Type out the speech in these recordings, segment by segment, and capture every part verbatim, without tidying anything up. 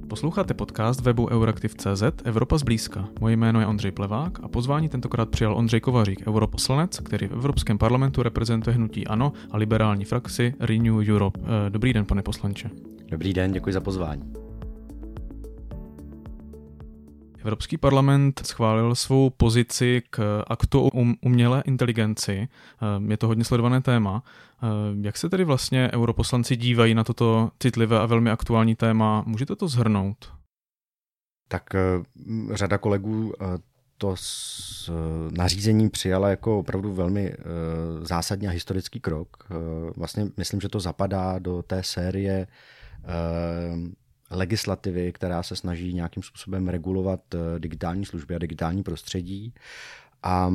Posloucháte podcast webu Euraktiv tečka cé zet Evropa zblízka. Moje jméno je Ondřej Plevák a pozvání tentokrát přijal Ondřej Kovařík, europoslanec, který v Evropském parlamentu reprezentuje hnutí ANO a liberální frakci Renew Europe. Dobrý den, pane poslanče. Dobrý den, děkuji za pozvání. Evropský parlament schválil svou pozici k aktu o umělé inteligenci. Je to hodně sledované téma. Jak se tedy vlastně europoslanci dívají na toto citlivé a velmi aktuální téma? Můžete to shrnout? Tak řada kolegů to s nařízením přijala jako opravdu velmi zásadní a historický krok. Vlastně myslím, že to zapadá do té série legislativy, která se snaží nějakým způsobem regulovat digitální služby a digitální prostředí. A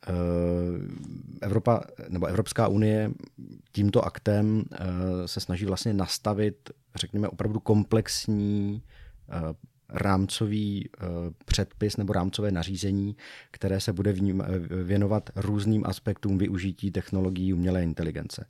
Evropa, nebo Evropská unie tímto aktem se snaží vlastně nastavit, řekněme, opravdu komplexní rámcový předpis nebo rámcové nařízení, které se bude věnovat různým aspektům využití technologií umělé inteligence.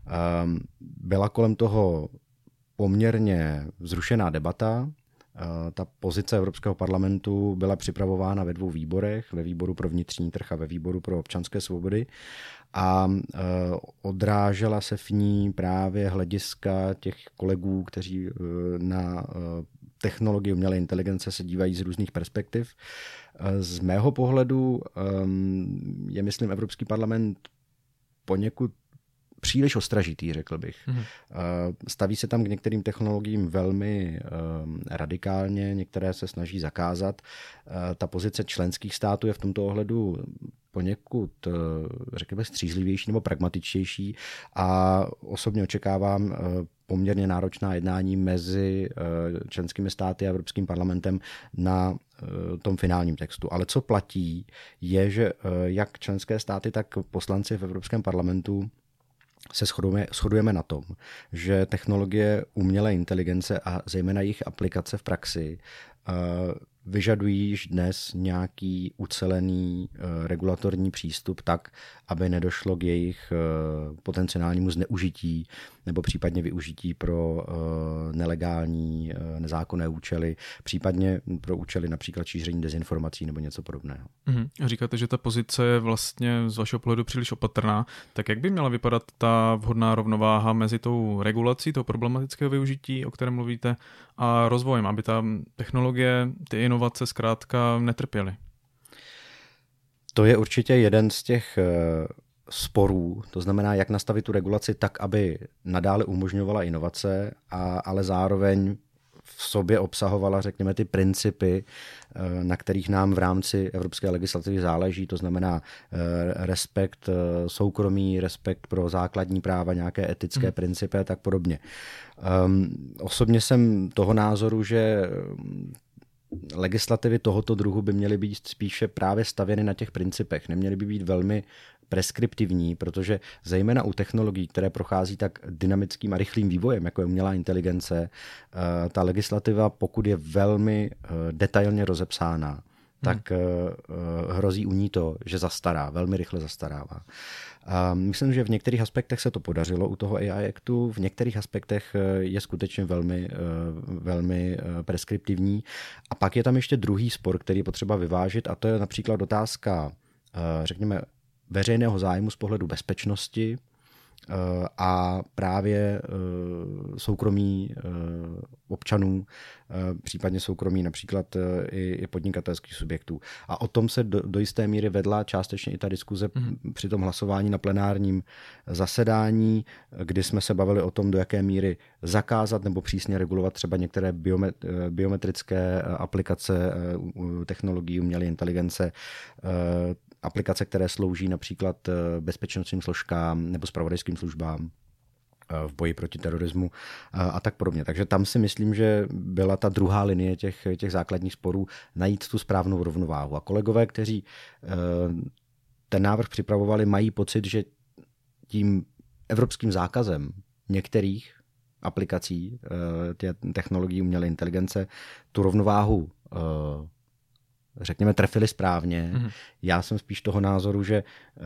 Byla kolem toho poměrně vzrušená debata. Ta pozice Evropského parlamentu byla připravována ve dvou výborech, ve výboru pro vnitřní trh a ve výboru pro občanské svobody a odrážela se v ní právě hlediska těch kolegů, kteří na technologii umělé inteligence se dívají z různých perspektiv. Z mého pohledu je, myslím, Evropský parlament poněkud příliš ostražitý, řekl bych. Mm. Staví se tam k některým technologiím velmi radikálně, některé se snaží zakázat. Ta pozice členských států je v tomto ohledu poněkud, řekněme, střízlivější nebo pragmatičtější a osobně očekávám poměrně náročná jednání mezi členskými státy a Evropským parlamentem na tom finálním textu. Ale co platí, je, že jak členské státy, tak poslanci v Evropském parlamentu se shodujeme, shodujeme na tom, že technologie umělé inteligence a zejména jejich aplikace v praxi vyžadují již dnes nějaký ucelený regulatorní přístup tak, aby nedošlo k jejich potenciálnímu zneužití nebo případně využití pro nelegální, nezákonné účely, případně pro účely například šíření dezinformací nebo něco podobného. Mhm. Říkáte, že ta pozice je vlastně z vašeho pohledu příliš opatrná. Tak jak by měla vypadat ta vhodná rovnováha mezi tou regulací, toho problematického využití, o kterém mluvíte, a rozvojem, aby ta technologie, ty inovace zkrátka netrpěly? To je určitě jeden z těch sporů, to znamená, jak nastavit tu regulaci tak, aby nadále umožňovala inovace, a, ale zároveň v sobě obsahovala, řekněme, ty principy, na kterých nám v rámci evropské legislativy záleží, to znamená respekt soukromí, respekt pro základní práva, nějaké etické mm. principy a tak podobně. Um, osobně jsem toho názoru, že legislativy tohoto druhu by měly být spíše právě stavěny na těch principech, neměly by být velmi preskriptivní, protože zejména u technologií, které prochází tak dynamickým a rychlým vývojem, jako je umělá inteligence, ta legislativa, pokud je velmi detailně rozepsána, hmm. tak hrozí u ní to, že zastará, velmi rychle zastarává. A myslím, že v některých aspektech se to podařilo u toho A I Actu, v některých aspektech je skutečně velmi, velmi preskriptivní. A pak je tam ještě druhý spor, který je potřeba vyvážit, a to je například otázka, řekněme, veřejného zájmu z pohledu bezpečnosti a právě soukromí občanů, případně soukromí například i podnikatelských subjektů. A o tom se do, do jisté míry vedla částečně i ta diskuze mm. při tom hlasování na plenárním zasedání, kdy jsme se bavili o tom, do jaké míry zakázat nebo přísně regulovat třeba některé biomet, biometrické aplikace technologií umělé inteligence, aplikace, které slouží například bezpečnostním složkám nebo zpravodajským službám v boji proti terorismu a tak podobně. Takže tam si myslím, že byla ta druhá linie těch, těch základních sporů najít tu správnou rovnováhu. A kolegové, kteří ten návrh připravovali, mají pocit, že tím evropským zákazem některých aplikací těch technologií umělé inteligence tu rovnováhu řekněme, trefili správně. Mm. Já jsem spíš toho názoru, že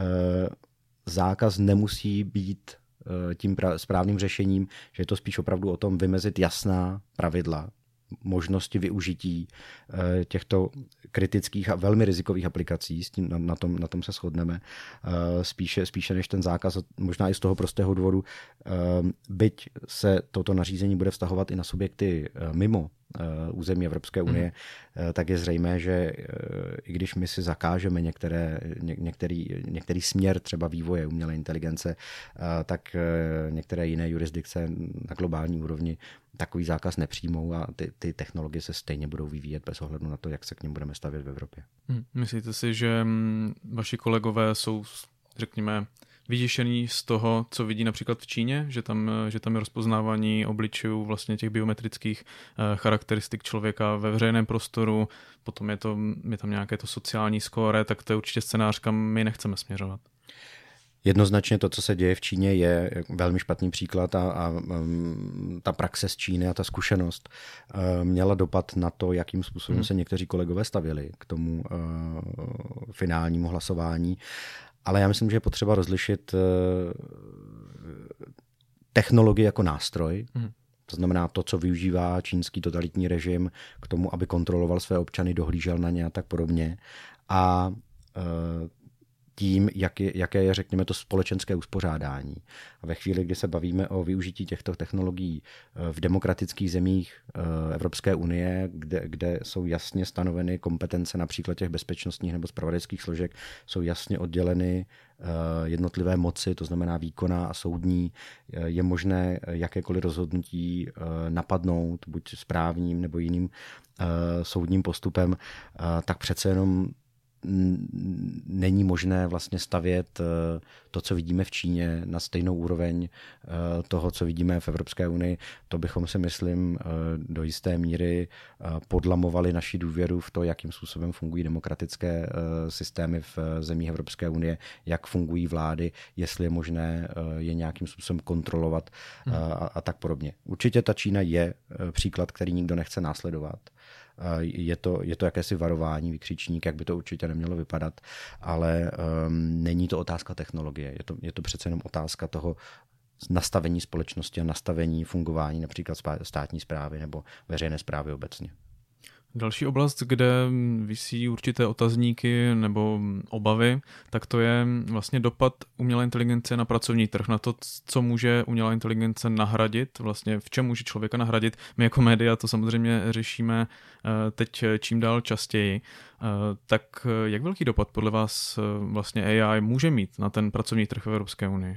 zákaz nemusí být tím správným řešením, že je to spíš opravdu o tom vymezit jasná pravidla, možnosti využití těchto kritických a velmi rizikových aplikací, s tím, na, na, tom, na tom se shodneme, spíše, spíše než ten zákaz, možná i z toho prostého důvodu, byť se toto nařízení bude vztahovat i na subjekty mimo území Evropské unie, mm. tak je zřejmé, že i když my si zakážeme některé, ně, některý, některý směr třeba vývoje umělé inteligence, tak některé jiné jurisdikce na globální úrovni takový zákaz nepřijmou a ty, ty technologie se stejně budou vyvíjet bez ohledu na to, jak se k nim budeme stavět v Evropě. Hmm. Myslíte si, že vaši kolegové jsou, řekněme, vyděšený z toho, co vidí například v Číně, že tam, že tam je rozpoznávání obličejů vlastně těch biometrických charakteristik člověka ve veřejném prostoru, potom je, to, je tam nějaké to sociální skóre, tak to je určitě scénář, kam my nechceme směřovat. Jednoznačně to, co se děje v Číně, je velmi špatný příklad a, a ta praxe z Číny a ta zkušenost měla dopad na to, jakým způsobem hmm. se někteří kolegové stavěli k tomu uh, finálnímu hlasování. Ale já myslím, že je potřeba rozlišit uh, technologii jako nástroj, hmm. to znamená to, co využívá čínský totalitní režim k tomu, aby kontroloval své občany, dohlížel na ně a tak podobně. A uh, tím, jak je, jaké je, řekněme, to společenské uspořádání. A ve chvíli, kdy se bavíme o využití těchto technologií v demokratických zemích Evropské unie, kde, kde jsou jasně stanoveny kompetence například těch bezpečnostních nebo zpravodajských složek, jsou jasně odděleny jednotlivé moci, to znamená výkonná a soudní, je možné jakékoliv rozhodnutí napadnout, buď správním nebo jiným soudním postupem, tak přece jenom není možné vlastně stavět to, co vidíme v Číně, na stejnou úroveň toho, co vidíme v Evropské unii. To bychom si, myslím, do jisté míry podlamovali naši důvěru v to, jakým způsobem fungují demokratické systémy v zemích Evropské unie, jak fungují vlády, jestli je možné je nějakým způsobem kontrolovat hmm. a, a tak podobně. Určitě ta Čína je příklad, který nikdo nechce následovat. Je to, je to jakési varování, vykřičník, jak by to určitě nemělo vypadat, ale um, není to otázka technologie. Je to, je to přece jenom otázka toho nastavení společnosti a nastavení fungování například státní správy nebo veřejné správy obecně. Další oblast, kde visí určité otazníky nebo obavy, tak to je vlastně dopad umělé inteligence na pracovní trh, na to, co může umělá inteligence nahradit, vlastně v čem může člověka nahradit. My jako média to samozřejmě řešíme teď čím dál častěji. Tak jak velký dopad podle vás vlastně A I může mít na ten pracovní trh v Evropské unii?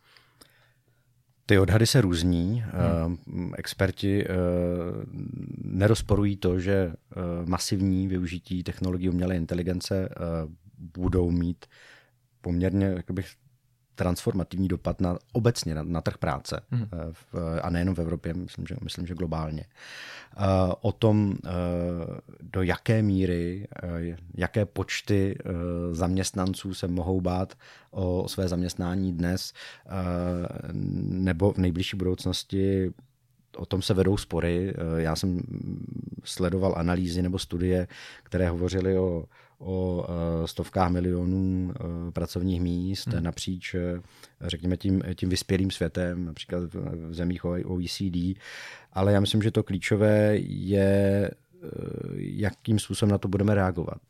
Ty odhady se různí. Hmm. Experti nerozporují to, že masivní využití technologií umělé inteligence budou mít poměrně, jak bych, transformativní dopad na, obecně na, na trh práce. Hmm. V, a nejenom v Evropě, myslím, že, myslím, že globálně. O tom, do jaké míry, jaké počty zaměstnanců se mohou bát o své zaměstnání dnes nebo v nejbližší budoucnosti, o tom se vedou spory. Já jsem sledoval analýzy nebo studie, které hovořily o o stovkách milionů pracovních míst hmm. napříč, řekněme, tím, tím vyspělým světem, například v zemích O E C D. Ale já myslím, že to klíčové je, jakým způsobem na to budeme reagovat.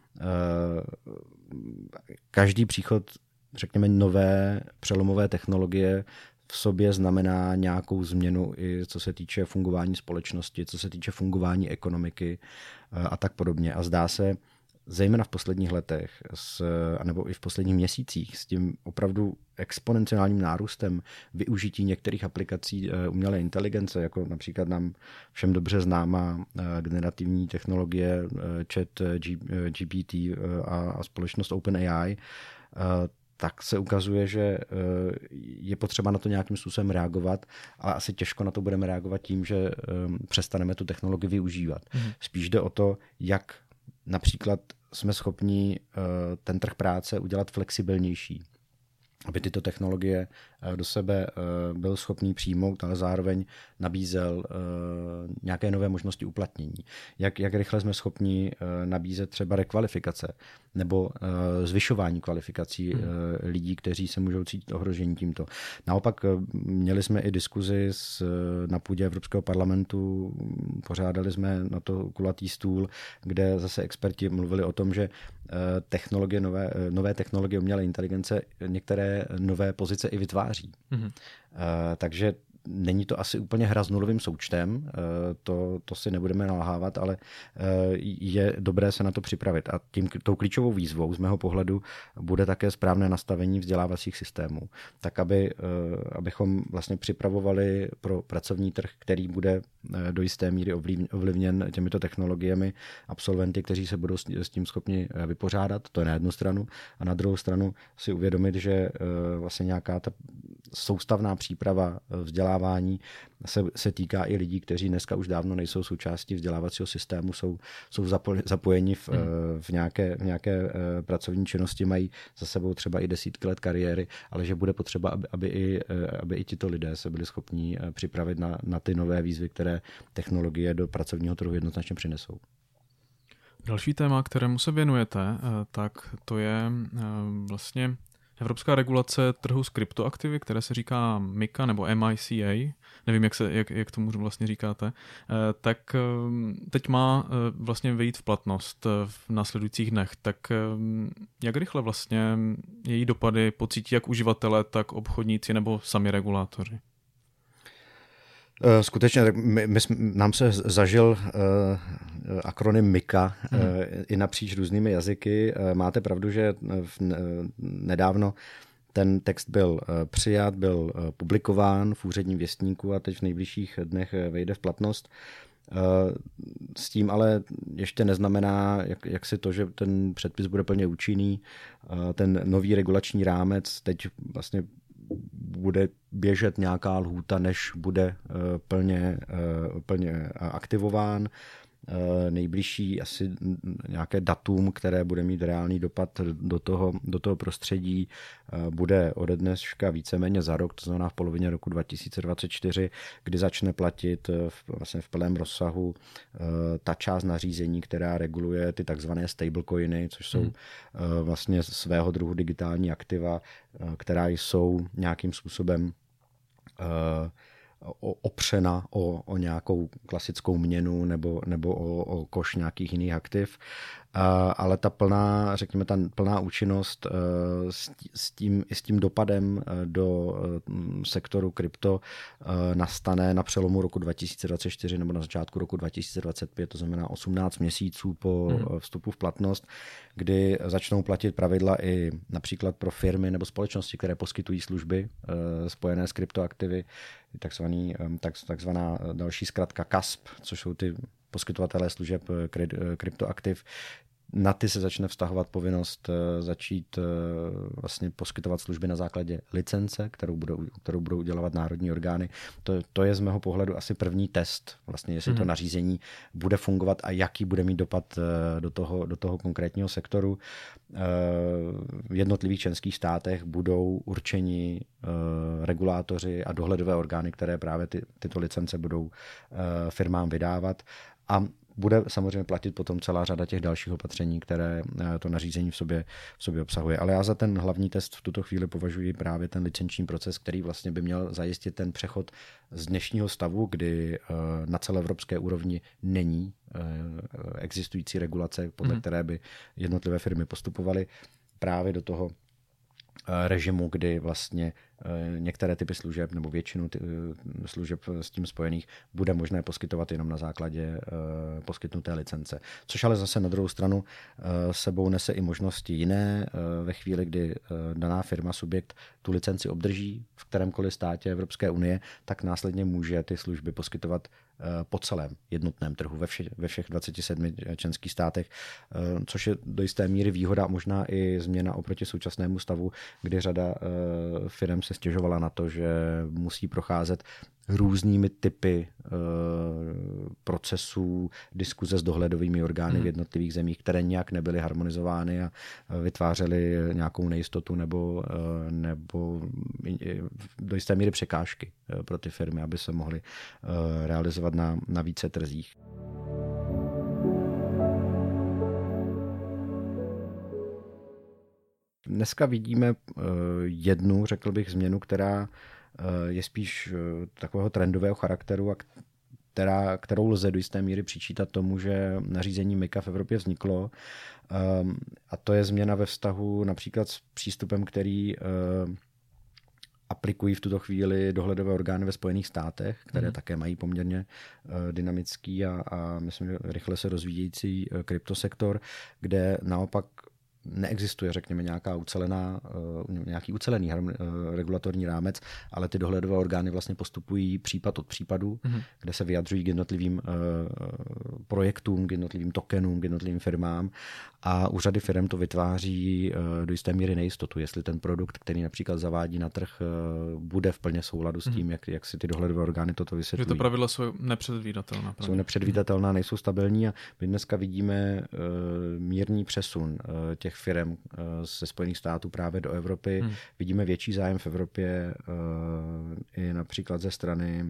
Každý příchod, řekněme, nové přelomové technologie v sobě znamená nějakou změnu i co se týče fungování společnosti, co se týče fungování ekonomiky a tak podobně. A zdá se, zejména v posledních letech, s, nebo i v posledních měsících, s tím opravdu exponenciálním nárůstem využití některých aplikací umělé inteligence, jako například nám všem dobře známá generativní technologie Chat G P T a, a společnost OpenAI, tak se ukazuje, že je potřeba na to nějakým způsobem reagovat, ale asi těžko na to budeme reagovat tím, že přestaneme tu technologii využívat. Mhm. Spíš jde o to, jak například jsme schopni ten trh práce udělat flexibilnější. aby tyto technologie do sebe byl schopný přijmout, ale zároveň nabízel nějaké nové možnosti uplatnění. Jak, jak rychle jsme schopni nabízet třeba rekvalifikace nebo zvyšování kvalifikací hmm. lidí, kteří se můžou cítit ohrožení tímto. Naopak měli jsme i diskuzi s, na půdě Evropského parlamentu, pořádali jsme na to kulatý stůl, kde zase experti mluvili o tom, že technologie, nové, nové technologie umělé inteligence některé nové pozice i vytváří. Mm-hmm. Uh, takže není to asi úplně hra s nulovým součtem, uh, to, to si nebudeme nalhávat, ale uh, je dobré se na to připravit. A tím, tou klíčovou výzvou z mého pohledu bude také správné nastavení vzdělávacích systémů. Tak, aby, uh, abychom vlastně připravovali pro pracovní trh, který bude uh, do jisté míry ovlivněn těmito technologiemi, absolventy, kteří se budou s tím schopni vypořádat, to je na jednu stranu, a na druhou stranu si uvědomit, že uh, vlastně nějaká ta soustavná příprava vzdělávání se, se týká i lidí, kteří dneska už dávno nejsou součástí vzdělávacího systému, jsou, jsou zapojeni v, hmm. v, nějaké, v nějaké pracovní činnosti, mají za sebou třeba i desítky let kariéry, ale že bude potřeba, aby, aby, i, aby i tito lidé se byli schopni připravit na, na ty nové výzvy, které technologie do pracovního trhu jednoznačně přinesou. Další téma, kterému se věnujete, tak to je vlastně evropská regulace trhu s kryptoaktivy, které se říká MiCA nebo M I C A, nevím, jak, se, jak, jak tomu vlastně říkáte, tak teď má vlastně vejít v platnost v následujících dnech. Tak jak rychle vlastně její dopady pocítí jak uživatelé, tak obchodníci nebo sami regulátoři? Skutečně, my, my, nám se zažil uh, akronym MiCA hmm. uh, i napříč různými jazyky. Uh, máte pravdu, že v, uh, nedávno ten text byl uh, přijat, byl uh, publikován v úředním věstníku a teď v nejbližších dnech vejde v platnost. Uh, s tím ale ještě neznamená, jak, jak si to, že ten předpis bude plně účinný. Uh, ten nový regulační rámec teď vlastně bude běžet nějaká lhůta, než bude plně, plně aktivován. Nejbližší asi nějaké datum, které bude mít reálný dopad do toho, do toho prostředí, bude ode dneška víceméně za rok, to znamená v polovině roku dva tisíce dvacet čtyři, kdy začne platit v, vlastně v plném rozsahu ta část nařízení, která reguluje ty takzvané stablecoiny, což jsou hmm. vlastně svého druhu digitální aktiva, která jsou nějakým způsobem opřena o, o nějakou klasickou měnu nebo, nebo o, o koš nějakých jiných aktiv. Ale ta plná, řekněme, ta plná účinnost s, s, tím, s tím dopadem do sektoru krypto nastane na přelomu roku dva tisíce dvacet čtyři nebo na začátku roku dva tisíce dvacet pět, to znamená osmnáct měsíců po hmm. vstupu v platnost, kdy začnou platit pravidla i například pro firmy nebo společnosti, které poskytují služby spojené s kryptoaktivy, takzvaný, tak, takzvaná další zkratka C A S P, což jsou ty poskytovatelé služeb kryptoaktiv. Na ty se začne vztahovat povinnost začít vlastně poskytovat služby na základě licence, kterou budou, kterou budou udělovat národní orgány. To, to je z mého pohledu asi první test, vlastně, jestli mm. to nařízení bude fungovat a jaký bude mít dopad do toho, do toho konkrétního sektoru. V jednotlivých členských státech budou určeni regulátoři a dohledové orgány, které právě ty, tyto licence budou firmám vydávat. A bude samozřejmě platit potom celá řada těch dalších opatření, které to nařízení v sobě, v sobě obsahuje. Ale já za ten hlavní test v tuto chvíli považuji právě ten licenční proces, který vlastně by měl zajistit ten přechod z dnešního stavu, kdy na celoevropské úrovni není existující regulace, podle mm. které by jednotlivé firmy postupovaly, právě do toho režimu, kdy vlastně některé typy služeb nebo většinu služeb s tím spojených bude možné poskytovat jenom na základě poskytnuté licence. Což ale zase na druhou stranu sebou nese i možnosti jiné. Ve chvíli, kdy daná firma, subjekt tu licenci obdrží v kterémkoliv státě Evropské unie, tak následně může ty služby poskytovat po celém jednotném trhu ve, vše, ve všech dvaceti sedmi členských státech, což je do jisté míry výhoda, možná i změna oproti současnému stavu, kdy řada firm se stěžovala na to, že musí procházet různými typy uh, procesů, diskuze s dohledovými orgány hmm. v jednotlivých zemích, které nějak nebyly harmonizovány a vytvářely nějakou nejistotu nebo, uh, nebo do jisté míry překážky uh, pro ty firmy, aby se mohly uh, realizovat na, na více trzích. Dneska vidíme uh, jednu, řekl bych, změnu, která je spíš takového trendového charakteru a která, kterou lze do jisté míry přičítat tomu, že nařízení MiCA v Evropě vzniklo. A to je změna ve vztahu například s přístupem, který aplikují v tuto chvíli dohledové orgány ve Spojených státech, které mm. také mají poměrně dynamický a, a myslím, že rychle se rozvíjející kryptosektor, kde naopak neexistuje, řekněme, nějaká ucelená, nějaký ucelený regulatorní rámec, ale ty dohledové orgány vlastně postupují případ od případu, mm-hmm. kde se vyjadřují k jednotlivým projektům, k jednotlivým tokenům, k jednotlivým firmám a u řady firm to vytváří do jisté míry nejistotu, jestli ten produkt, který například zavádí na trh, bude v plně souladu s tím, mm-hmm. jak, jak si ty dohledové orgány toto vysvětlují. Že to pravidla jsou nepředvídatelná. Jsou nepředvídatelná, nejsou stabilní a my dneska vidíme mírný přesun těch firm ze Spojených států právě do Evropy. Hmm. Vidíme větší zájem v Evropě i například ze strany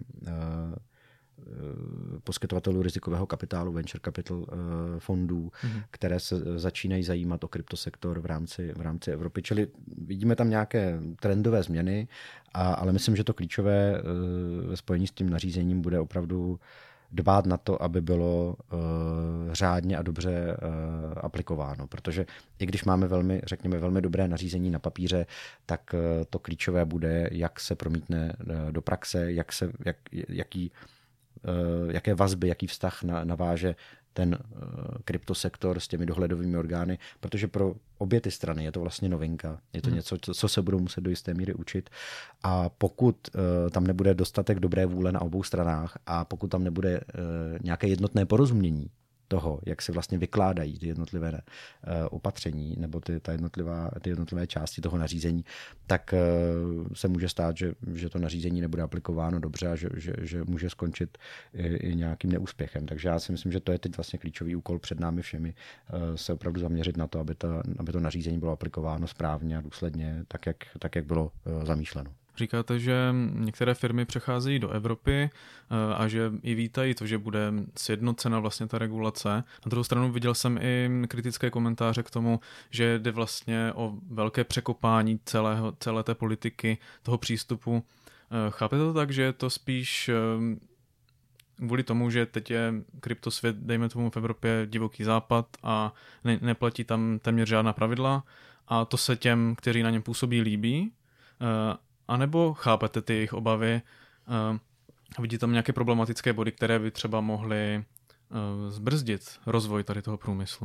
poskytovatelů rizikového kapitálu, venture capital fondů, hmm. které se začínají zajímat o kryptosektor v rámci, v rámci Evropy. Čili vidíme tam nějaké trendové změny, a, ale myslím, že to klíčové ve spojení s tím nařízením bude opravdu dbát na to, aby bylo uh, řádně a dobře uh, aplikováno. Protože i když máme velmi, řekněme, velmi dobré nařízení na papíře, tak uh, to klíčové bude, jak se promítne uh, do praxe, jak se, jak, jaký, uh, jaké vazby, jaký vztah na, naváže ten uh, kryptosektor s těmi dohledovými orgány, protože pro obě ty strany je to vlastně novinka. Je to hmm. něco, co, co se budou muset do jisté míry učit. A pokud uh, tam nebude dostatek dobré vůle na obou stranách a pokud tam nebude uh, nějaké jednotné porozumění toho, jak se vlastně vykládají ty jednotlivé uh, opatření nebo ty, ta jednotlivá, ty jednotlivé části toho nařízení, tak uh, se může stát, že, že to nařízení nebude aplikováno dobře a že, že, že může skončit i, i nějakým neúspěchem. Takže já si myslím, že to je teď vlastně klíčový úkol před námi všemi, uh, se opravdu zaměřit na to, aby, ta, aby to nařízení bylo aplikováno správně a důsledně, tak jak, tak, jak bylo uh, zamýšleno. Říkáte, že některé firmy přecházejí do Evropy a že i vítají to, že bude sjednocena vlastně ta regulace. Na druhou stranu viděl jsem i kritické komentáře k tomu, že jde vlastně o velké překopání celého, celé té politiky, toho přístupu. Chápete to tak, že je to spíš kvůli tomu, že teď je kryptosvět, dejme tomu v Evropě divoký západ a ne, neplatí tam téměř žádná pravidla a to se těm, kteří na něm působí, líbí? A nebo chápete ty jejich obavy a vidíte tam nějaké problematické body, které by třeba mohly zbrzdit rozvoj tady toho průmyslu?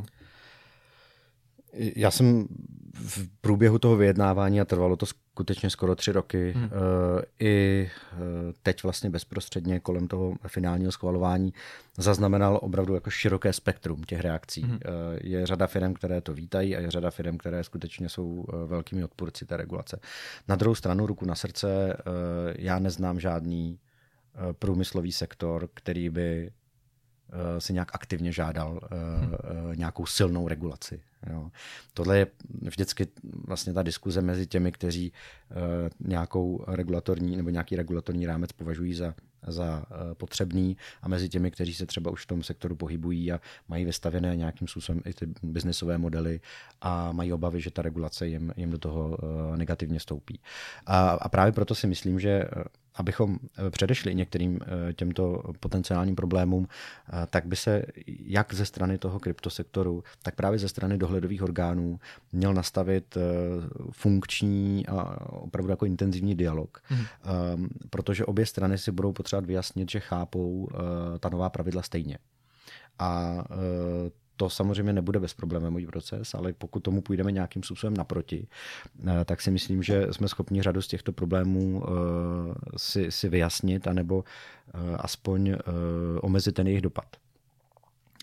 Já jsem v průběhu toho vyjednávání, a trvalo to skutečně skoro tři roky, hmm. i teď vlastně bezprostředně kolem toho finálního schvalování zaznamenal opravdu jako široké spektrum těch reakcí. Hmm. Je řada firm, které to vítají a je řada firm, které skutečně jsou velkými odpůrci té regulace. Na druhou stranu, ruku na srdce, já neznám žádný průmyslový sektor, který by si nějak aktivně žádal hmm. nějakou silnou regulaci. Jo. Tohle je vždycky vlastně ta diskuze mezi těmi, kteří nějakou regulatorní nebo nějaký regulatorní rámec považují za, za potřebný a mezi těmi, kteří se třeba už v tom sektoru pohybují a mají vystavené nějakým způsobem i ty biznesové modely a mají obavy, že ta regulace jim, jim do toho negativně stoupí. A, a právě proto si myslím, že abychom předešli některým těmto potenciálním problémům, tak by se jak ze strany toho kryptosektoru, tak právě ze strany dohledových orgánů měl nastavit funkční a opravdu jako intenzivní dialog. Hmm. Protože obě strany si budou potřebovat vyjasnit, že chápou ta nová pravidla stejně. A to samozřejmě nebude bezproblémový proces, ale pokud tomu půjdeme nějakým způsobem naproti, tak si myslím, že jsme schopni řadu z těchto problémů si, si vyjasnit anebo aspoň omezit ten jejich dopad.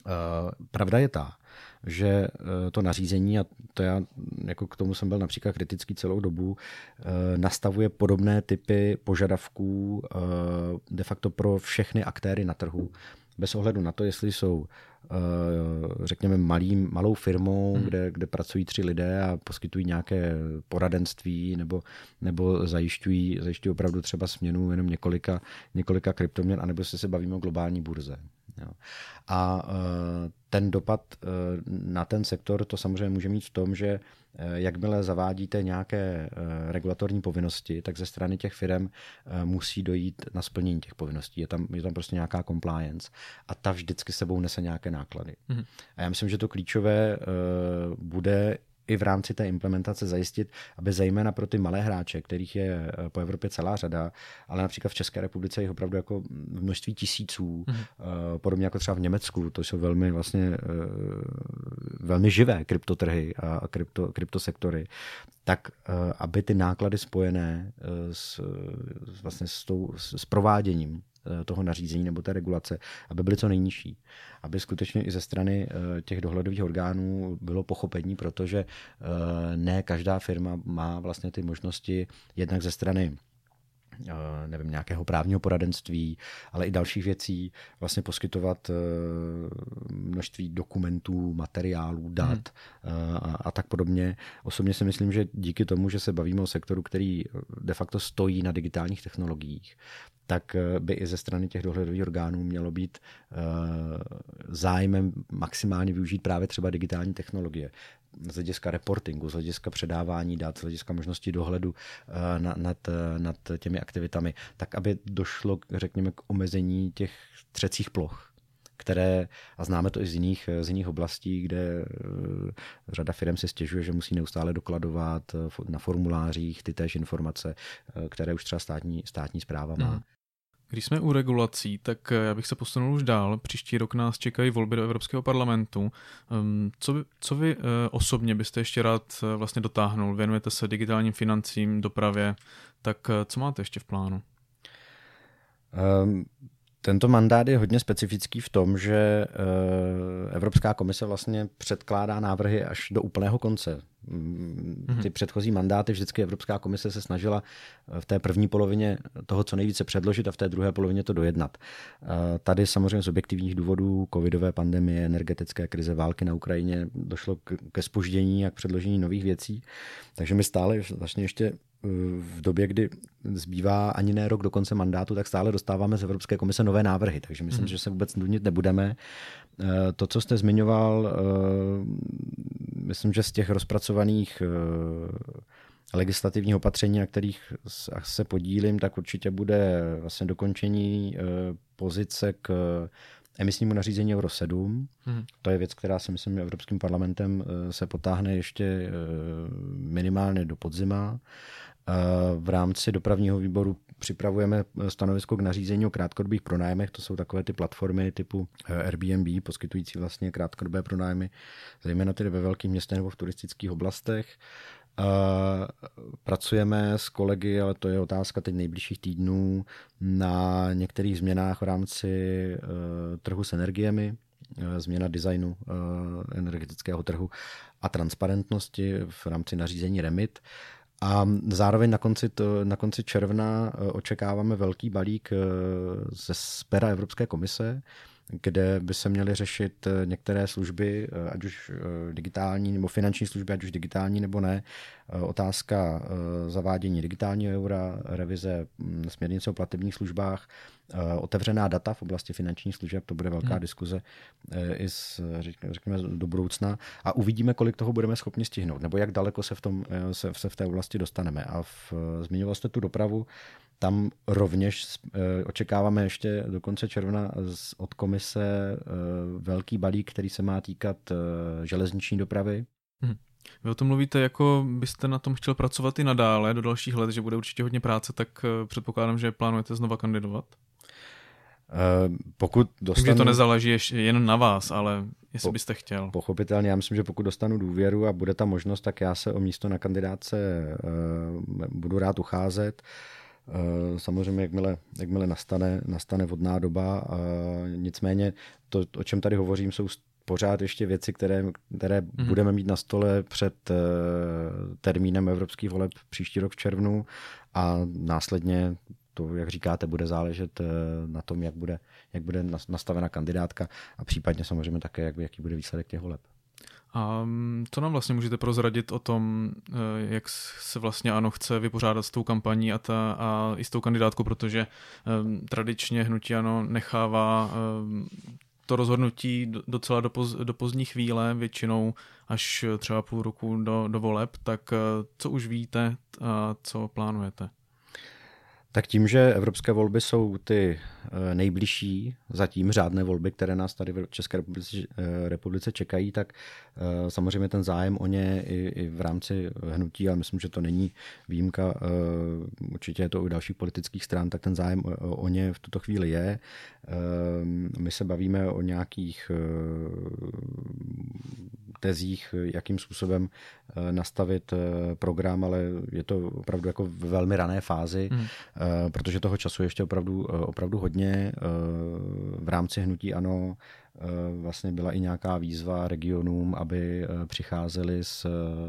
Pravda je ta, že to nařízení, a to já jako k tomu jsem byl například kritický celou dobu, nastavuje podobné typy požadavků de facto pro všechny aktéry na trhu, bez ohledu na to, jestli jsou řekněme malý, malou firmou, hmm. kde, kde pracují tři lidé a poskytují nějaké poradenství nebo, nebo zajišťují, zajišťují opravdu třeba směnu jenom několika, několika kryptoměn, anebo se se bavíme o globální burze. Jo. A ten dopad na ten sektor to samozřejmě může mít v tom, že jakmile zavádíte nějaké regulatorní povinnosti, tak ze strany těch firm musí dojít na splnění těch povinností. Je tam, je tam prostě nějaká compliance a ta vždycky sebou nese nějaké náklady. Mm. A já myslím, že to klíčové bude i v rámci té implementace zajistit, aby zejména pro ty malé hráče, kterých je po Evropě celá řada, ale například v České republice je opravdu jako množství tisíců, mm. podobně jako třeba v Německu, to jsou velmi vlastně velmi živé kryptotrhy a krypto, kryptosektory, tak aby ty náklady spojené s, vlastně s, tou, s prováděním toho nařízení nebo té regulace, aby byly co nejnižší. Aby skutečně i ze strany těch dohledových orgánů bylo pochopení, protože ne každá firma má vlastně ty možnosti jednak ze strany nevím, nějakého právního poradenství, ale i dalších věcí, vlastně poskytovat množství dokumentů, materiálů, dat hmm. a, a tak podobně. Osobně si myslím, že díky tomu, že se bavíme o sektoru, který de facto stojí na digitálních technologiích, tak by i ze strany těch dohledových orgánů mělo být zájmem maximálně využít právě třeba digitální technologie. Z hlediska reportingu, z hlediska předávání dat, z hlediska možnosti dohledu nad, nad, nad těmi aktivitami, tak aby došlo, řekněme, k omezení těch třecích ploch, které, a známe to i z jiných, z jiných oblastí, kde řada firm se stěžuje, že musí neustále dokladovat na formulářích ty též informace, které už třeba státní, státní správa má. Hmm. Když jsme u regulací, tak já bych se posunul už dál. Příští rok nás čekají volby do Evropského parlamentu. Co vy, co vy osobně byste ještě rád vlastně dotáhnul? Věnujete se digitálním financím, dopravě, tak co máte ještě v plánu? Um... Tento mandát je hodně specifický v tom, že Evropská komise vlastně předkládá návrhy až do úplného konce. Ty předchozí mandáty vždycky Evropská komise se snažila v té první polovině toho co nejvíce předložit a v té druhé polovině to dojednat. Tady samozřejmě z objektivních důvodů covidové pandemie, energetické krize, války na Ukrajině došlo ke zpoždění a k předložení nových věcí. Takže my stále vlastně ještě v době, kdy zbývá ani ne rok do konce mandátu, tak stále dostáváme z Evropské komise nové návrhy, takže myslím, mm. že se vůbec nudnit nebudeme. To, co jste zmiňoval, myslím, že z těch rozpracovaných legislativních opatření, na kterých se podílím, tak určitě bude vlastně dokončení pozice k emisnímu nařízení Euro sedm. Hmm. To je věc, která si myslím, že Evropským parlamentem se potáhne ještě minimálně do podzima. V rámci dopravního výboru připravujeme stanovisko k nařízení o krátkodobých pronájmech. To jsou takové ty platformy typu Airbnb, poskytující vlastně krátkodobé pronájmy, zejména tedy ve velkých městech nebo v turistických oblastech. Pracujeme s kolegy, ale to je otázka teď nejbližších týdnů, na některých změnách v rámci trhu s energiemi, změna designu energetického trhu a transparentnosti v rámci nařízení REMIT. A zároveň na konci, to, na konci června očekáváme velký balík ze pera Evropské komise, kde by se měly řešit některé služby, ať už digitální nebo finanční služby, ať už digitální nebo ne. Otázka zavádění digitálního eura, revize směrnice o platebních službách, otevřená data v oblasti finančních služeb, to bude velká hmm. diskuze i s, řekněme, do budoucna a uvidíme, kolik toho budeme schopni stihnout, nebo jak daleko se v, tom, se, se v té oblasti dostaneme. A v, zmiňoval jste tu dopravu, tam rovněž očekáváme ještě do konce června od komise velký balík, který se má týkat železniční dopravy. Hmm. Vy o tom mluvíte, jako byste na tom chtěl pracovat i nadále do dalších let, že bude určitě hodně práce, tak předpokládám, že plánujete znova kandidovat? Uh, pokud dostanu... Takže to nezáleží ještě jen na vás, ale jestli po, byste chtěl. Pochopitelně, já myslím, že pokud dostanu důvěru a bude ta možnost, tak já se o místo na kandidátce uh, budu rád ucházet. Samozřejmě, jakmile, jakmile nastane, nastane vodná doba, nicméně to, o čem tady hovořím, jsou pořád ještě věci, které, které mm. budeme mít na stole před termínem evropských voleb příští rok v červnu a následně to, jak říkáte, bude záležet na tom, jak bude, jak bude nastavena kandidátka a případně samozřejmě také, jak, jaký bude výsledek těch voleb. A co nám vlastně můžete prozradit o tom, jak se vlastně ANO chce vypořádat s tou kampaní a, ta, a i s tou kandidátkou, protože um, tradičně hnutí ANO nechává um, to rozhodnutí docela do, poz, do pozdní chvíle, většinou až třeba půl roku do, do voleb, tak uh, co už víte a co plánujete? Tak tím, že evropské volby jsou ty nejbližší zatím řádné volby, které nás tady v České republice, republice čekají, tak samozřejmě ten zájem o ně i, i v rámci hnutí, ale myslím, že to není výjimka, určitě je to u dalších politických stran, tak ten zájem o, o ně v tuto chvíli je. My se bavíme o nějakých tezích, jakým způsobem nastavit program, ale je to opravdu jako v velmi rané fázi, hmm. protože toho času ještě opravdu, opravdu hodně. V rámci hnutí ANO vlastně byla i nějaká výzva regionům, aby přicházeli s,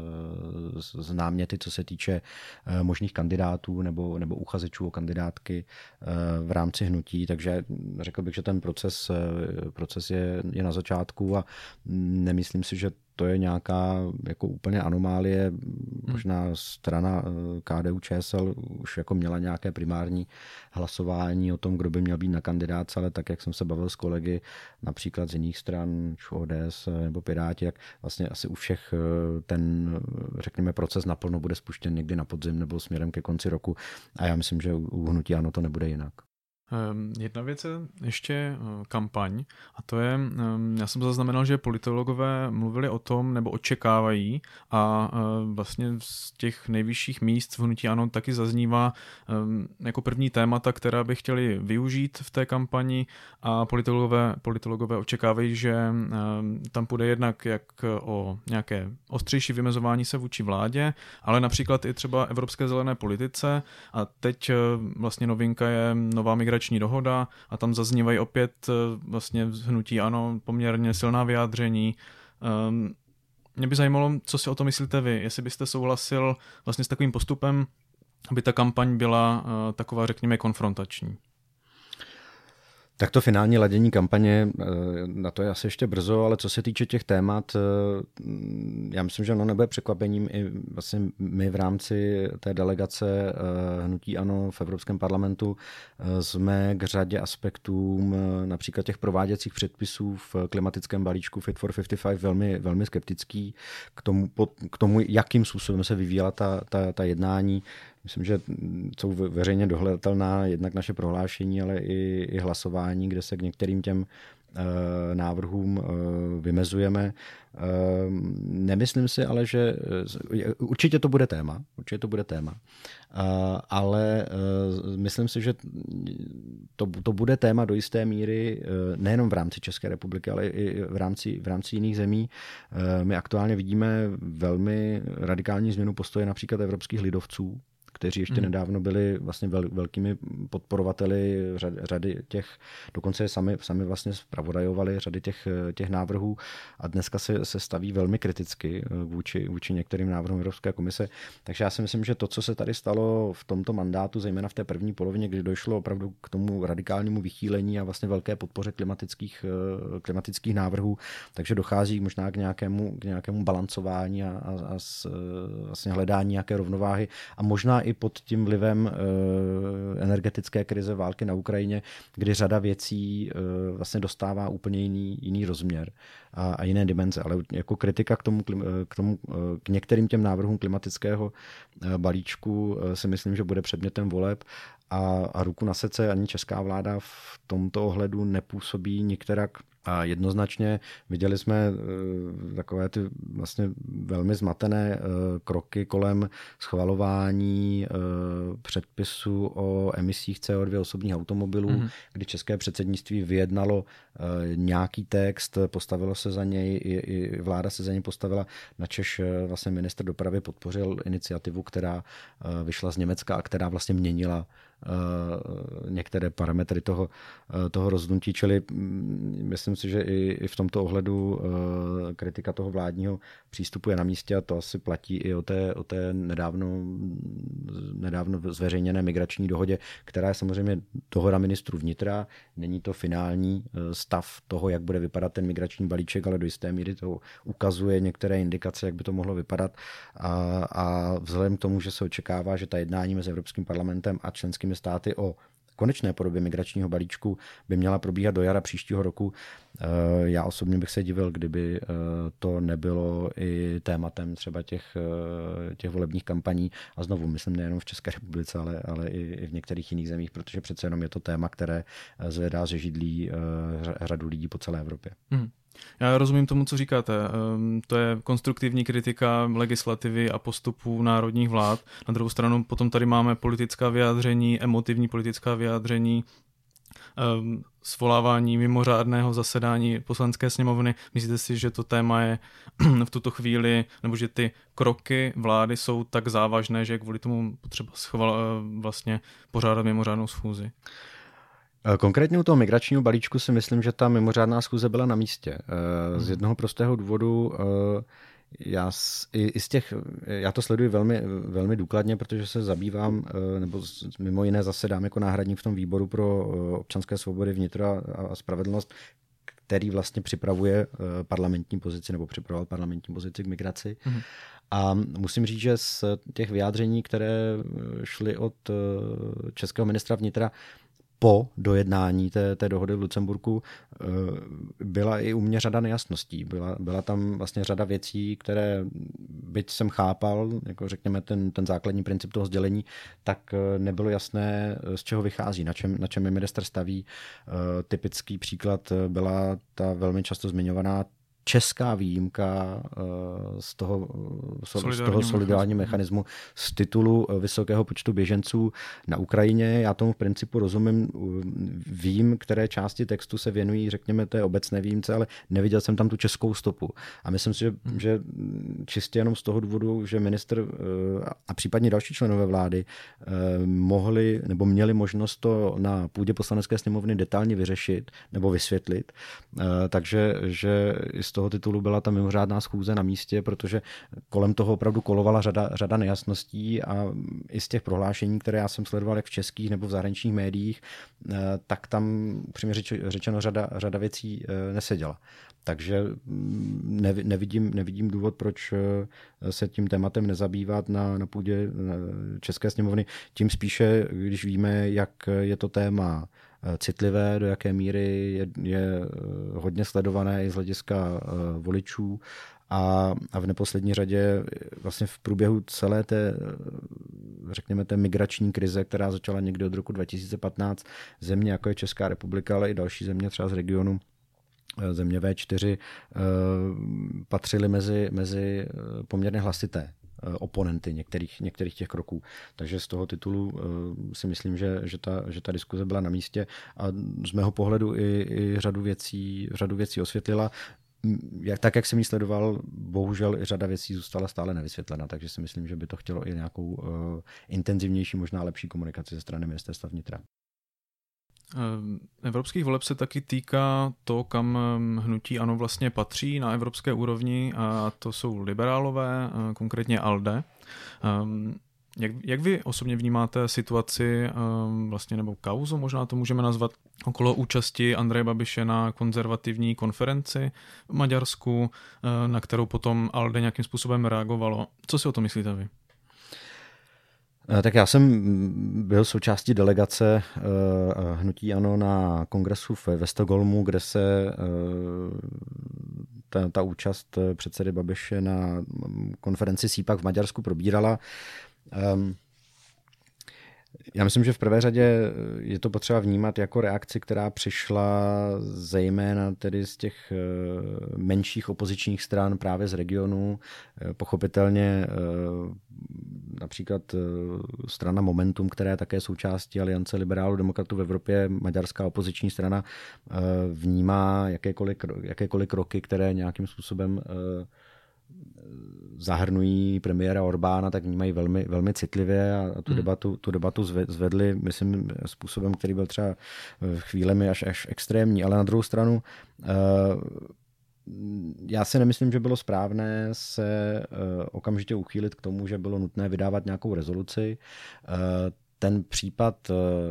s náměty, co se týče možných kandidátů nebo, nebo uchazečů o kandidátky v rámci hnutí, takže řekl bych, že ten proces, proces je, je na začátku a nemyslím si, že to je nějaká jako úplně anomálie. Možná strana K D U Č S L už jako měla nějaké primární hlasování o tom, kdo by měl být na kandidátce, ale tak, jak jsem se bavil s kolegy například z jiných stran, O D S nebo Piráti, jak vlastně asi u všech ten, řekněme, proces naplno bude spuštěn někdy na podzim nebo směrem ke konci roku a já myslím, že u hnutí ANO to nebude jinak. Jedna věc je ještě kampaň a to je, já jsem zaznamenal, že politologové mluvili o tom, nebo očekávají a vlastně z těch nejvyšších míst v hnutí ANO taky zaznívá jako první témata, která by chtěli využít v té kampani a politologové, politologové očekávají, že tam půjde jednak jak o nějaké ostřejší vymezování se vůči vládě, ale například i třeba evropské zelené politice a teď vlastně novinka je nová migrační dohoda a tam zaznívají opět vlastně hnutí ANO poměrně silná vyjádření. Mě by zajímalo, co si o tom myslíte vy, jestli byste souhlasil vlastně s takovým postupem, aby ta kampaň byla taková, řekněme, konfrontační. Tak to finální ladění kampaně, na to je asi ještě brzo, ale co se týče těch témat, já myslím, že ono nebude překvapením. I vlastně my v rámci té delegace hnutí ANO v Evropském parlamentu jsme k řadě aspektům, například těch prováděcích předpisů v klimatickém balíčku Fit for padesát pět, velmi, velmi skeptický k tomu, k tomu, jakým způsobem se vyvíjela ta, ta, ta jednání. Myslím, že jsou veřejně dohledatelná jednak naše prohlášení, ale i, i hlasování, kde se k některým těm e, návrhům e, vymezujeme. E, nemyslím si ale, že určitě to bude téma, určitě to bude téma, e, ale e, myslím si, že to, to bude téma do jisté míry e, nejenom v rámci České republiky, ale i v rámci, v rámci jiných zemí. E, my aktuálně vidíme velmi radikální změnu postoje například evropských lidovců, kteří ještě nedávno byli vlastně vel, velkými podporovateli řady, řady těch, dokonce sami, sami vlastně zpravodajovali řady těch, těch návrhů a dneska se, se staví velmi kriticky vůči, vůči některým návrhům Evropské komise. Takže já si myslím, že to, co se tady stalo v tomto mandátu, zejména v té první polovině, kdy došlo opravdu k tomu radikálnímu vychýlení a vlastně velké podpoře klimatických, klimatických návrhů, takže dochází možná k nějakému, k nějakému balancování a, a, a s, vlastně hledání nějaké rovnováhy a možná i pod tím vlivem e, energetické krize, války na Ukrajině, kdy řada věcí e, vlastně dostává úplně jiný, jiný rozměr a, a jiné dimenze. Ale jako kritika k tomu, k tomu, k některým těm návrhům klimatického balíčku si myslím, že bude předmětem voleb a, a ruku na srdce ani česká vláda v tomto ohledu nepůsobí nikterak A jednoznačně viděli jsme takové ty vlastně velmi zmatené kroky kolem schvalování předpisu o emisích C O dva osobních automobilů, mm-hmm. kdy české předsednictví vyjednalo nějaký text, postavilo se za něj, i vláda se za něj postavila, načež vlastně ministr dopravy podpořil iniciativu, která vyšla z Německa a která vlastně měnila některé parametry toho, toho rozhodnutí, čili myslím si, že i, i v tomto ohledu kritika toho vládního přístupu je na místě a to asi platí i o té, o té nedávno, nedávno zveřejněné migrační dohodě, která je samozřejmě dohoda ministrů vnitra, není to finální stav toho, jak bude vypadat ten migrační balíček, ale do jisté míry to ukazuje některé indikace, jak by to mohlo vypadat a, a vzhledem k tomu, že se očekává, že ta jednání mezi Evropským parlamentem a členskými státy o konečné podobě migračního balíčku by měla probíhat do jara příštího roku. Já osobně bych se divil, kdyby to nebylo i tématem třeba těch, těch volebních kampaní a znovu myslím nejenom v České republice, ale, ale i v některých jiných zemích, protože přece jenom je to téma, které zvedá ze židlí řadu lidí po celé Evropě. Hmm. Já rozumím tomu, co říkáte. To je konstruktivní kritika legislativy a postupů národních vlád. Na druhou stranu potom tady máme politická vyjádření, emotivní politická vyjádření, svolávání mimořádného zasedání Poslanecké sněmovny. Myslíte si, že to téma je v tuto chvíli, nebo že ty kroky vlády jsou tak závažné, že je kvůli tomu potřeba schoval, vlastně pořádat mimořádnou schůzi? Konkrétně u toho migračního balíčku si myslím, že ta mimořádná schůze byla na místě. Z jednoho prostého důvodu, já, i z těch, já to sleduji velmi, velmi důkladně, protože se zabývám, nebo mimo jiné zasedám jako náhradník v tom výboru pro občanské svobody, vnitro a spravedlnost, který vlastně připravuje parlamentní pozici, nebo připravoval parlamentní pozici k migraci. Mhm. A musím říct, že z těch vyjádření, které šly od českého ministra vnitra, po dojednání té, té dohody v Lucemburku byla i u mě řada nejasností. Byla, byla tam vlastně řada věcí, které byť jsem chápal, jako řekněme ten, ten základní princip toho sdělení, tak nebylo jasné, z čeho vychází, na čem, na čem je minister staví. Typický příklad byla ta velmi často zmiňovaná česká výjimka z toho, z toho solidárního mechanismu z titulu vysokého počtu běženců na Ukrajině. Já tomu v principu rozumím, vím, které části textu se věnují, řekněme, té obecné výjimce, ale neviděl jsem tam tu českou stopu. A myslím si, že, hmm. že čistě jenom z toho důvodu, že ministr a případně další členové vlády mohli nebo měli možnost to na půdě Poslanecké sněmovny detailně vyřešit nebo vysvětlit. Takže že z toho titulu byla ta mimořádná schůze na místě, protože kolem toho opravdu kolovala řada, řada nejasností a i z těch prohlášení, které já jsem sledoval jak v českých nebo v zahraničních médiích, tak tam upřímně řečeno řada, řada věcí neseděla. Takže nevidím, nevidím důvod, proč se tím tématem nezabývat na, na půdě České sněmovny. Tím spíše, když víme, jak je to téma citlivé, do jaké míry je, je hodně sledované i z hlediska voličů a, a v neposlední řadě vlastně v průběhu celé té, řekněme, té migrační krize, která začala někdy od roku dva tisíce patnáct, země jako je Česká republika, ale i další země třeba z regionu, země V čtyři, patřily mezi, mezi poměrně hlasité oponenty některých, některých těch kroků. Takže z toho titulu si myslím, že, že, ta, že ta diskuze byla na místě a z mého pohledu i, i řadu věcí, řadu věcí osvětlila. Jak, tak, jak jsem ji sledoval, bohužel i řada věcí zůstala stále nevysvětlena, takže si myslím, že by to chtělo i nějakou uh, intenzivnější, možná lepší komunikaci ze strany ministerstva vnitra. Evropských voleb se taky týká to, kam hnutí ANO vlastně patří na evropské úrovni, a to jsou liberálové, konkrétně ALDE. Jak, jak vy osobně vnímáte situaci, vlastně nebo kauzu, možná to můžeme nazvat, okolo účasti Andreje Babiše na konzervativní konferenci v Maďarsku, na kterou potom ALDE nějakým způsobem reagovalo? Co si o to myslíte vy? Tak já jsem byl součástí delegace hnutí ANO na kongresu ve Stockholmu, kde se ta, ta účast předsedy Babiše na konferenci SIPAC v Maďarsku probírala. Já myslím, že v prvé řadě je to potřeba vnímat jako reakci, která přišla zejména tedy z těch menších opozičních stran právě z regionu. Pochopitelně například strana Momentum, která je také součástí Aliance liberálů demokratů v Evropě, maďarská opoziční strana, vnímá jakékoliv, jakékoliv kroky, které nějakým způsobem zahrnují premiéra Orbána, tak vnímají velmi, velmi citlivě a tu, hmm. debatu, tu debatu zvedli, myslím, způsobem, který byl třeba chvílemi až, až extrémní. Ale na druhou stranu já si nemyslím, že bylo správné se okamžitě uchýlit k tomu, že bylo nutné vydávat nějakou rezoluci. Ten případ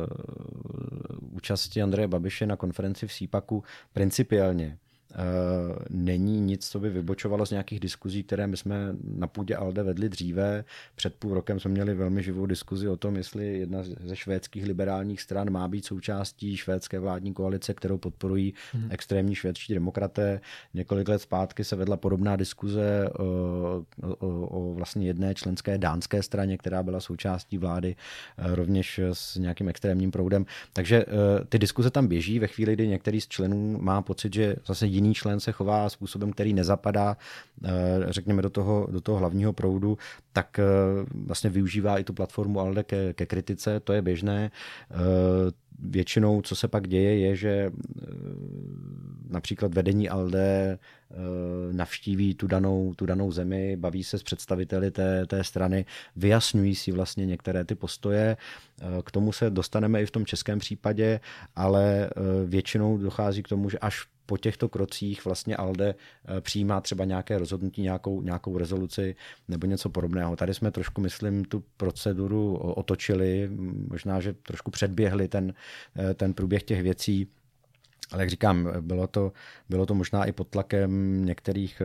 účasti Andreje Babiše na konferenci v Sípaku principiálně není nic, co by vybočovalo z nějakých diskuzí, které my jsme na půdě ALDE vedli dříve. Před půl rokem jsme měli velmi živou diskuzi o tom, jestli jedna ze švédských liberálních stran má být součástí švédské vládní koalice, kterou podporují hmm. extrémní švédští demokraté. Několik let zpátky se vedla podobná diskuze o, o, o vlastně jedné členské dánské straně, která byla součástí vlády, rovněž s nějakým extrémním proudem. Takže ty diskuze tam běží ve chvíli, kdy některý z členů má pocit, že zase jiný člen se chová způsobem, který nezapadá, řekněme, do toho, do toho hlavního proudu, tak vlastně využívá i tu platformu ALDE ke, ke kritice, to je běžné. Většinou, co se pak děje, je, že například vedení ALDE navštíví tu danou, tu danou zemi, baví se s představiteli té, té strany, vyjasňují si vlastně některé ty postoje. K tomu se dostaneme i v tom českém případě, ale většinou dochází k tomu, že až po těchto krocích vlastně ALDE přijímá třeba nějaké rozhodnutí, nějakou, nějakou rezoluci nebo něco podobného. Tady jsme trošku, myslím, tu proceduru otočili, možná, že trošku předběhli ten, ten průběh těch věcí. Ale jak říkám, bylo to, bylo to možná i pod tlakem některých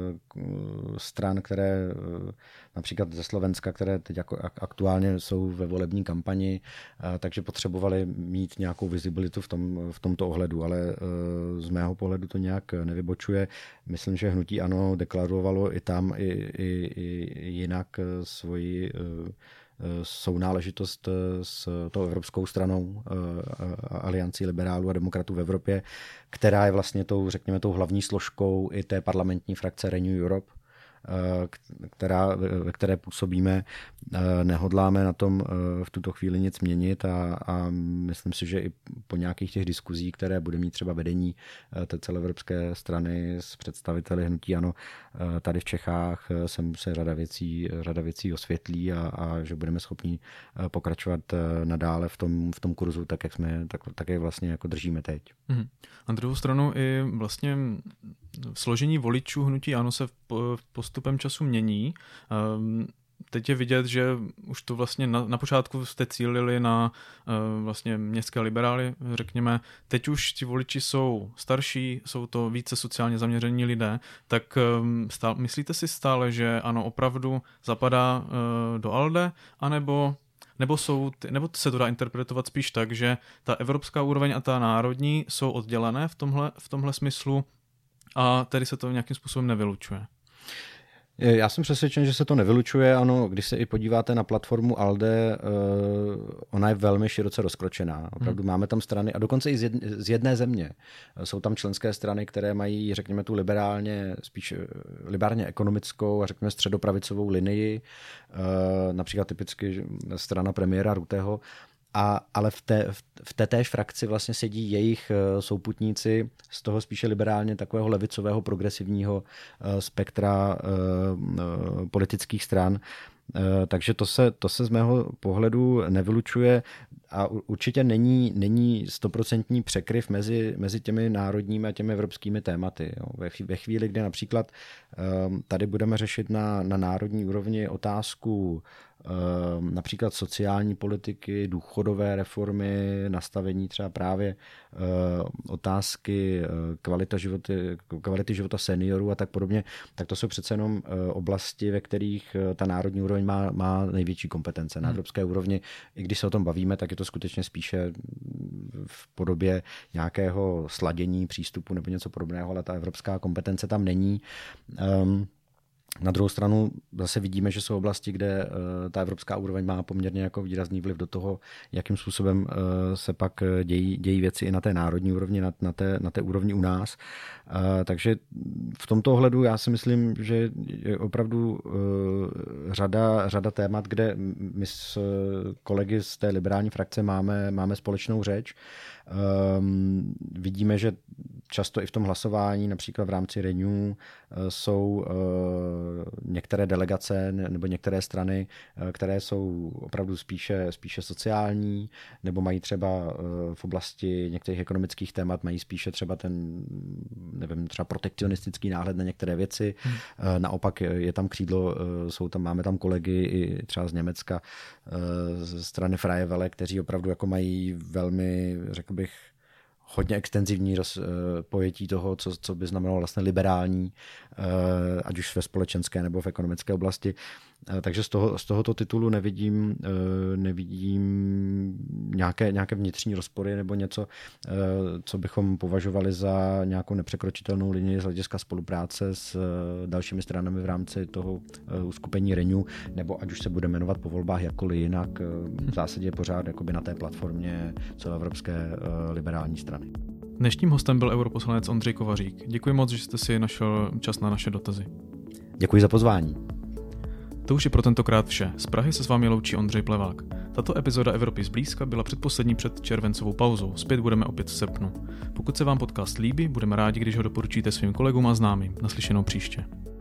stran, které například ze Slovenska, které teď jako aktuálně jsou ve volební kampani, takže potřebovali mít nějakou vizibilitu v, tom, v tomto ohledu, ale z mého pohledu to nějak nevybočuje. Myslím, že hnutí ANO deklarovalo i tam, i, i, i jinak svoji sounáležitost s tou evropskou stranou Aliancí liberálů a demokratů v Evropě, která je vlastně tou, řekněme, tou hlavní složkou i té parlamentní frakce Renew Europe, která, ve které působíme. Nehodláme na tom v tuto chvíli nic měnit a, a myslím si, že i po nějakých těch diskuzích, které bude mít třeba vedení té celoevropské strany s představiteli hnutí ANO tady v Čechách, se, se řada věcí, řada věcí osvětlí a, a že budeme schopni pokračovat nadále v tom, v tom kurzu, tak jak jsme, tak, tak jak vlastně jako držíme teď. Hmm. Na druhou stranu i vlastně složení voličů hnutí ANO se v postupem času mění. Teď je vidět, že už to vlastně na, na počátku jste cílili na uh, vlastně městské liberály, řekněme. Teď už ti voliči jsou starší, jsou to více sociálně zaměření lidé, tak um, stál, myslíte si stále, že ANO opravdu zapadá uh, do ALDE, anebo Nebo, jsou, nebo se to dá interpretovat spíš tak, že ta evropská úroveň a ta národní jsou oddělené v tomhle, v tomhle smyslu a tedy se to nějakým způsobem nevylučuje? Já jsem přesvědčen, že se to nevylučuje. Ano, když se i podíváte na platformu ALDE, ona je velmi široce rozkročená. Opravdu hmm. máme tam strany, a dokonce i z jedné, z jedné země. Jsou tam členské strany, které mají, řekněme, tu liberálně, spíš liberálně ekonomickou a řekněme středopravicovou linii. Například typicky strana premiéra Rutteho. A, ale v té, v té též frakci vlastně sedí jejich souputníci z toho spíše liberálně takového levicového progresivního spektra politických stran. Takže to se, to se z mého pohledu nevylučuje a určitě není, není stoprocentní překryv mezi, mezi těmi národními a těmi evropskými tématy. Ve chvíli, kdy například tady budeme řešit na, na národní úrovni otázku například sociální politiky, důchodové reformy, nastavení třeba právě otázky kvalita životy, kvality života seniorů a tak podobně, tak to jsou přece jenom oblasti, ve kterých ta národní úroveň má, má největší kompetence. Na evropské úrovni, i když se o tom bavíme, tak je to skutečně spíše v podobě nějakého sladění přístupu nebo něco podobného, ale ta evropská kompetence tam není. Um, Na druhou stranu zase vidíme, že jsou oblasti, kde ta evropská úroveň má poměrně jako výrazný vliv do toho, jakým způsobem se pak dějí, dějí věci i na té národní úrovni, na, na, té, na té úrovni u nás. Takže v tomto ohledu já si myslím, že je opravdu řada, řada témat, kde my s kolegy z té liberální frakce máme, máme společnou řeč. Um, vidíme, že často i v tom hlasování, například v rámci Renew, uh, jsou uh, některé delegace nebo některé strany, uh, které jsou opravdu spíše, spíše sociální, nebo mají třeba uh, v oblasti některých ekonomických témat, mají spíše třeba ten, nevím, třeba protekcionistický náhled na některé věci. Hmm. Uh, naopak je tam křídlo, uh, jsou tam, máme tam kolegy i třeba z Německa, uh, ze strany Freie Welle, kteří opravdu jako mají velmi, řekl bych, hodně extenzivní roz, pojetí toho, co, co by znamenalo vlastně liberální, ať už ve společenské nebo v ekonomické oblasti. Takže z, toho, z tohoto titulu nevidím, nevidím nějaké, nějaké vnitřní rozpory nebo něco, co bychom považovali za nějakou nepřekročitelnou linii z hlediska spolupráce s dalšími stranami v rámci toho uskupení Renew, nebo ať už se bude jmenovat po volbách jakkoliv jinak, v zásadě pořád jakoby na té platformě celoevropské liberální strany. Dnešním hostem byl europoslanec Ondřej Kovařík. Děkuji moc, že jste si našel čas na naše dotazy. Děkuji za pozvání. To už je pro tentokrát vše. Z Prahy se s vámi loučí Ondřej Plevák. Tato epizoda Evropy zblízka byla předposlední před červencovou pauzou. Zpět budeme opět v srpnu. Pokud se vám podcast líbí, budeme rádi, když ho doporučíte svým kolegům a známým. Naslyšenou příště.